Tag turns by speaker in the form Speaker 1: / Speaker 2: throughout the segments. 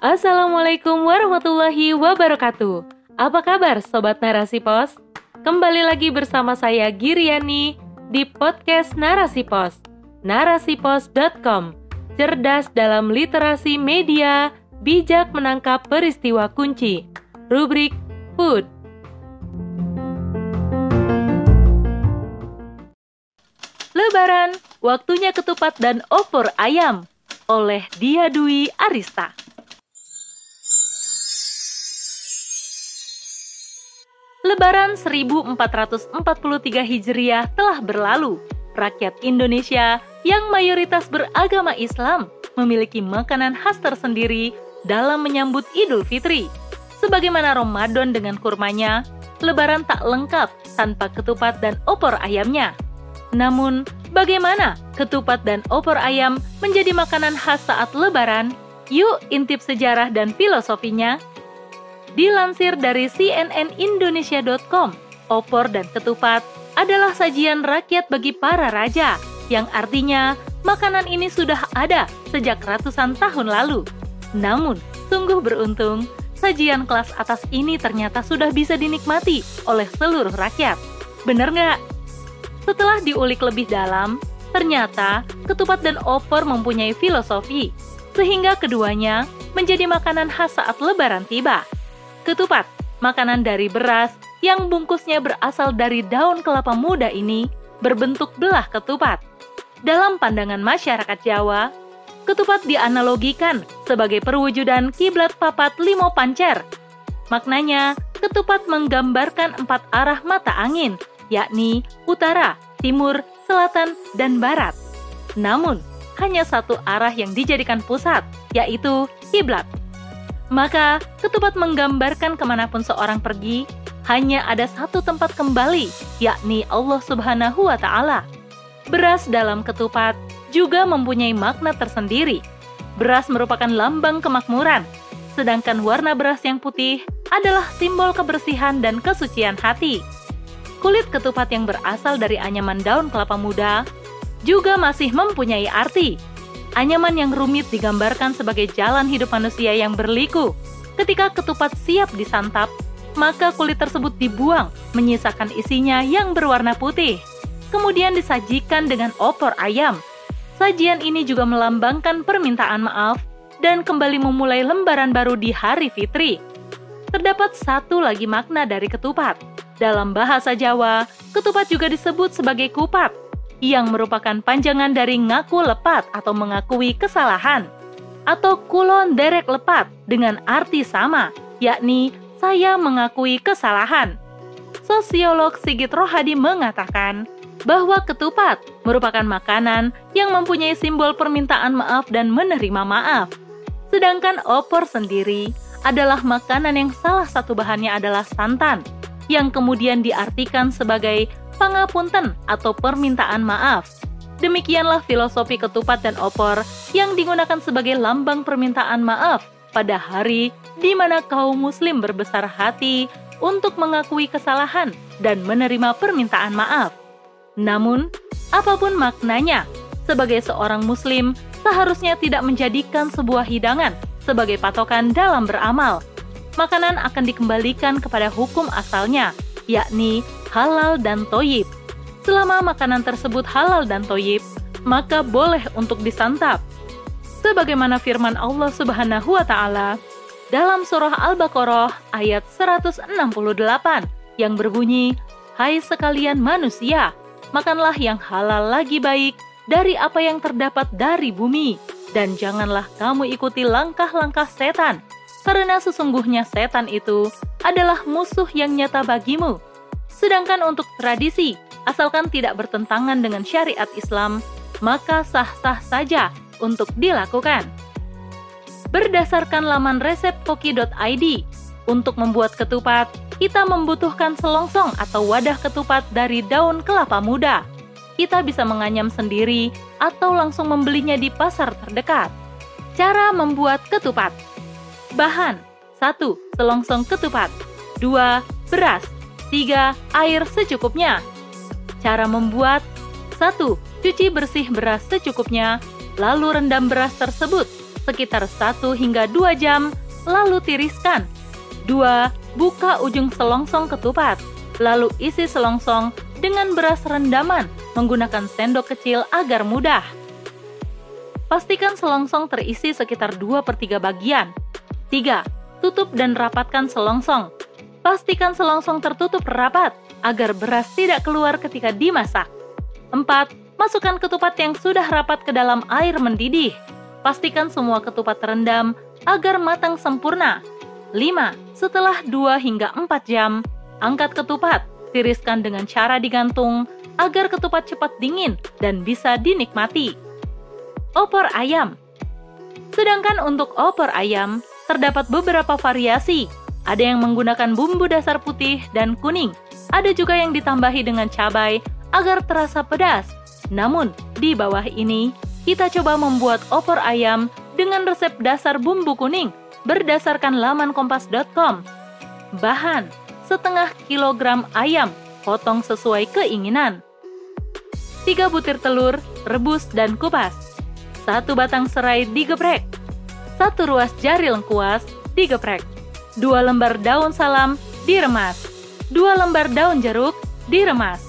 Speaker 1: Assalamualaikum warahmatullahi wabarakatuh. Apa kabar Sobat Narasi Pos? Kembali lagi bersama saya Giriani di podcast Narasi Pos, narasipos.com. Cerdas dalam literasi media, bijak menangkap peristiwa kunci. Rubrik Food. Lebaran, waktunya ketupat dan opor ayam oleh Dia Dwi Arista. Lebaran 1443 Hijriah telah berlalu. Rakyat Indonesia yang mayoritas beragama Islam memiliki makanan khas tersendiri dalam menyambut Idul Fitri. Sebagaimana Ramadan dengan kurmanya, Lebaran tak lengkap tanpa ketupat dan opor ayamnya. Namun, bagaimana ketupat dan opor ayam menjadi makanan khas saat Lebaran? Yuk intip sejarah dan filosofinya. Dilansir dari cnnindonesia.com, opor dan ketupat adalah sajian rakyat bagi para raja, yang artinya makanan ini sudah ada sejak ratusan tahun lalu. Namun, sungguh beruntung, sajian kelas atas ini ternyata sudah bisa dinikmati oleh seluruh rakyat. Bener nggak? Setelah diulik lebih dalam, ternyata ketupat dan opor mempunyai filosofi, sehingga keduanya menjadi makanan khas saat Lebaran tiba. Ketupat, makanan dari beras yang bungkusnya berasal dari daun kelapa muda ini berbentuk belah ketupat. Dalam pandangan masyarakat Jawa, ketupat dianalogikan sebagai perwujudan kiblat papat limo pancer. Maknanya, ketupat menggambarkan 4 arah mata angin, yakni utara, timur, selatan, dan barat. Namun, hanya satu arah yang dijadikan pusat, yaitu kiblat. Maka, ketupat menggambarkan kemanapun seorang pergi, hanya ada satu tempat kembali, yakni Allah Subhanahu wa Ta'ala. Beras dalam ketupat juga mempunyai makna tersendiri. Beras merupakan lambang kemakmuran, sedangkan warna beras yang putih adalah simbol kebersihan dan kesucian hati. Kulit ketupat yang berasal dari anyaman daun kelapa muda juga masih mempunyai arti. Anyaman yang rumit digambarkan sebagai jalan hidup manusia yang berliku. Ketika ketupat siap disantap, maka kulit tersebut dibuang, menyisakan isinya yang berwarna putih. Kemudian disajikan dengan opor ayam. Sajian ini juga melambangkan permintaan maaf dan kembali memulai lembaran baru di hari Fitri. Terdapat satu lagi makna dari ketupat. Dalam bahasa Jawa, ketupat juga disebut sebagai kupat, yang merupakan panjangan dari ngaku lepat atau mengakui kesalahan, atau kulon derek lepat dengan arti sama, yakni saya mengakui kesalahan. Sosiolog Sigit Rohadi mengatakan bahwa ketupat merupakan makanan yang mempunyai simbol permintaan maaf dan menerima maaf. Sedangkan opor sendiri adalah makanan yang salah satu bahannya adalah santan, yang kemudian diartikan sebagai pangapunten atau permintaan maaf. Demikianlah filosofi ketupat dan opor yang digunakan sebagai lambang permintaan maaf pada hari di mana kaum muslim berbesar hati untuk mengakui kesalahan dan menerima permintaan maaf. Namun, apapun maknanya, sebagai seorang muslim seharusnya tidak menjadikan sebuah hidangan sebagai patokan dalam beramal. Makanan akan dikembalikan kepada hukum asalnya, yakni halal dan thoyyib. Selama makanan tersebut halal dan thoyyib, maka boleh untuk disantap. Sebagaimana firman Allah Subhanahu wa Ta'ala dalam surah Al-Baqarah ayat 168 yang berbunyi, "Hai sekalian manusia, makanlah yang halal lagi baik dari apa yang terdapat dari bumi, dan janganlah kamu ikuti langkah-langkah setan, karena sesungguhnya setan itu adalah musuh yang nyata bagimu." Sedangkan untuk tradisi, asalkan tidak bertentangan dengan syariat Islam, maka sah-sah saja untuk dilakukan. Berdasarkan laman resepkoki.id, untuk membuat ketupat, kita membutuhkan selongsong atau wadah ketupat dari daun kelapa muda. Kita bisa menganyam sendiri atau langsung membelinya di pasar terdekat. Cara membuat ketupat. Bahan: 1. Selongsong ketupat. 2. Beras. 3. Air secukupnya. Cara membuat: 1. Cuci bersih beras secukupnya, lalu rendam beras tersebut sekitar 1 hingga 2 jam, lalu tiriskan. 2. Buka ujung selongsong ketupat, lalu isi selongsong dengan beras rendaman menggunakan sendok kecil agar mudah. Pastikan selongsong terisi sekitar 2/3 bagian. 3. Tutup dan rapatkan selongsong. Pastikan selongsong tertutup rapat agar beras tidak keluar ketika dimasak. 4. Masukkan ketupat yang sudah rapat ke dalam air mendidih. Pastikan semua ketupat terendam agar matang sempurna. 5. Setelah 2 hingga 4 jam, angkat ketupat, tiriskan dengan cara digantung agar ketupat cepat dingin dan bisa dinikmati. Opor ayam. Sedangkan untuk opor ayam, terdapat beberapa variasi. Ada yang menggunakan bumbu dasar putih dan kuning. Ada juga yang ditambahi dengan cabai agar terasa pedas. Namun, di bawah ini, kita coba membuat opor ayam dengan resep dasar bumbu kuning berdasarkan laman kompas.com. Bahan: setengah kilogram ayam, potong sesuai keinginan. 3 butir telur, rebus dan kupas. 1 batang serai digeprek. 1 ruas jari lengkuas digeprek. 2 lembar daun salam diremas. 2 lembar daun jeruk diremas.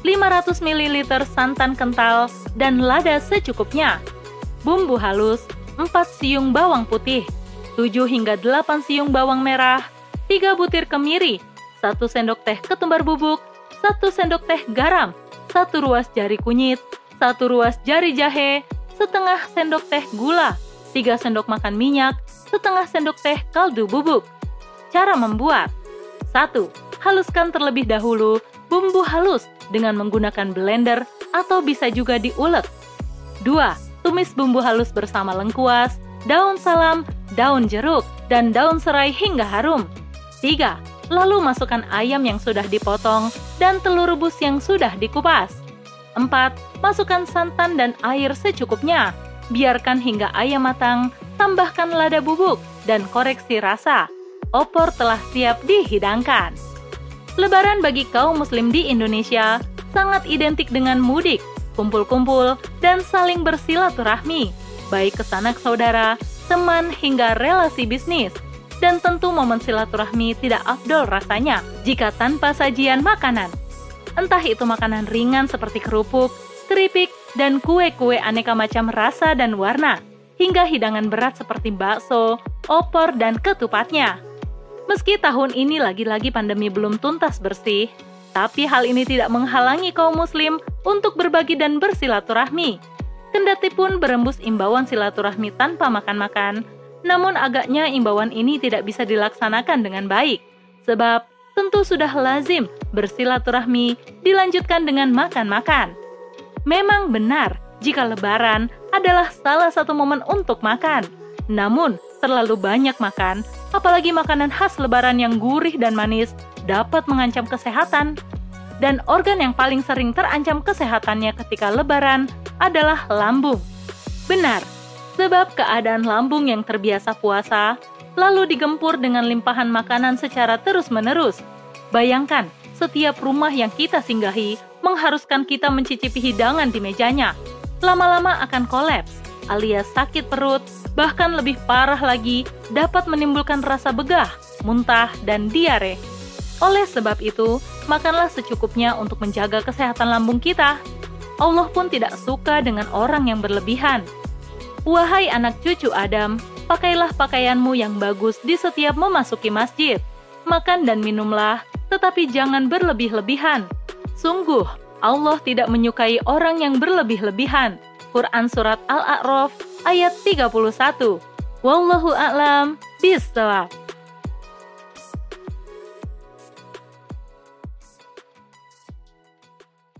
Speaker 1: 500 ml santan kental dan lada secukupnya. Bumbu halus, 4 siung bawang putih, 7 hingga 8 siung bawang merah, 3 butir kemiri, 1 sendok teh ketumbar bubuk, 1 sendok teh garam, 1 ruas jari kunyit, 1 ruas jari jahe, setengah sendok teh gula, 3 sendok makan minyak, setengah sendok teh kaldu bubuk. Cara membuat: 1. Haluskan terlebih dahulu bumbu halus dengan menggunakan blender atau bisa juga diulek. 2. Tumis bumbu halus bersama lengkuas, daun salam, daun jeruk, dan daun serai hingga harum. 3. Lalu masukkan ayam yang sudah dipotong dan telur rebus yang sudah dikupas. 4. Masukkan santan dan air secukupnya. Biarkan hingga ayam matang, tambahkan lada bubuk, dan koreksi rasa. Opor telah siap dihidangkan. Lebaran bagi kaum muslim di Indonesia sangat identik dengan mudik, kumpul-kumpul, dan saling bersilaturahmi, baik ke sanak saudara, teman, hingga relasi bisnis. Dan tentu momen silaturahmi tidak afdol rasanya jika tanpa sajian makanan. Entah itu makanan ringan seperti kerupuk, keripik, dan kue-kue aneka macam rasa dan warna, hingga hidangan berat seperti bakso, opor, dan ketupatnya. Meski tahun ini lagi-lagi pandemi belum tuntas bersih, tapi hal ini tidak menghalangi kaum muslim untuk berbagi dan bersilaturahmi. Kendati pun berembus imbauan silaturahmi tanpa makan-makan, namun agaknya imbauan ini tidak bisa dilaksanakan dengan baik, sebab tentu sudah lazim bersilaturahmi dilanjutkan dengan makan-makan. Memang benar jika Lebaran adalah salah satu momen untuk makan, namun terlalu banyak makan, apalagi makanan khas Lebaran yang gurih dan manis, dapat mengancam kesehatan. Dan organ yang paling sering terancam kesehatannya ketika Lebaran adalah lambung. Benar, sebab keadaan lambung yang terbiasa puasa, lalu digempur dengan limpahan makanan secara terus-menerus. Bayangkan, setiap rumah yang kita singgahi mengharuskan kita mencicipi hidangan di mejanya. Lama-lama akan kolaps, alias sakit perut, bahkan lebih parah lagi dapat menimbulkan rasa begah, muntah, dan diare. Oleh sebab itu, makanlah secukupnya untuk menjaga kesehatan lambung kita. Allah pun tidak suka dengan orang yang berlebihan. Wahai anak cucu Adam, pakailah pakaianmu yang bagus di setiap memasuki masjid. Makan dan minumlah, tetapi jangan berlebih-lebihan. Sungguh, Allah tidak menyukai orang yang berlebih-lebihan. Quran Surat Al-A'raf ayat 31. Wallahu a'lam bishawab.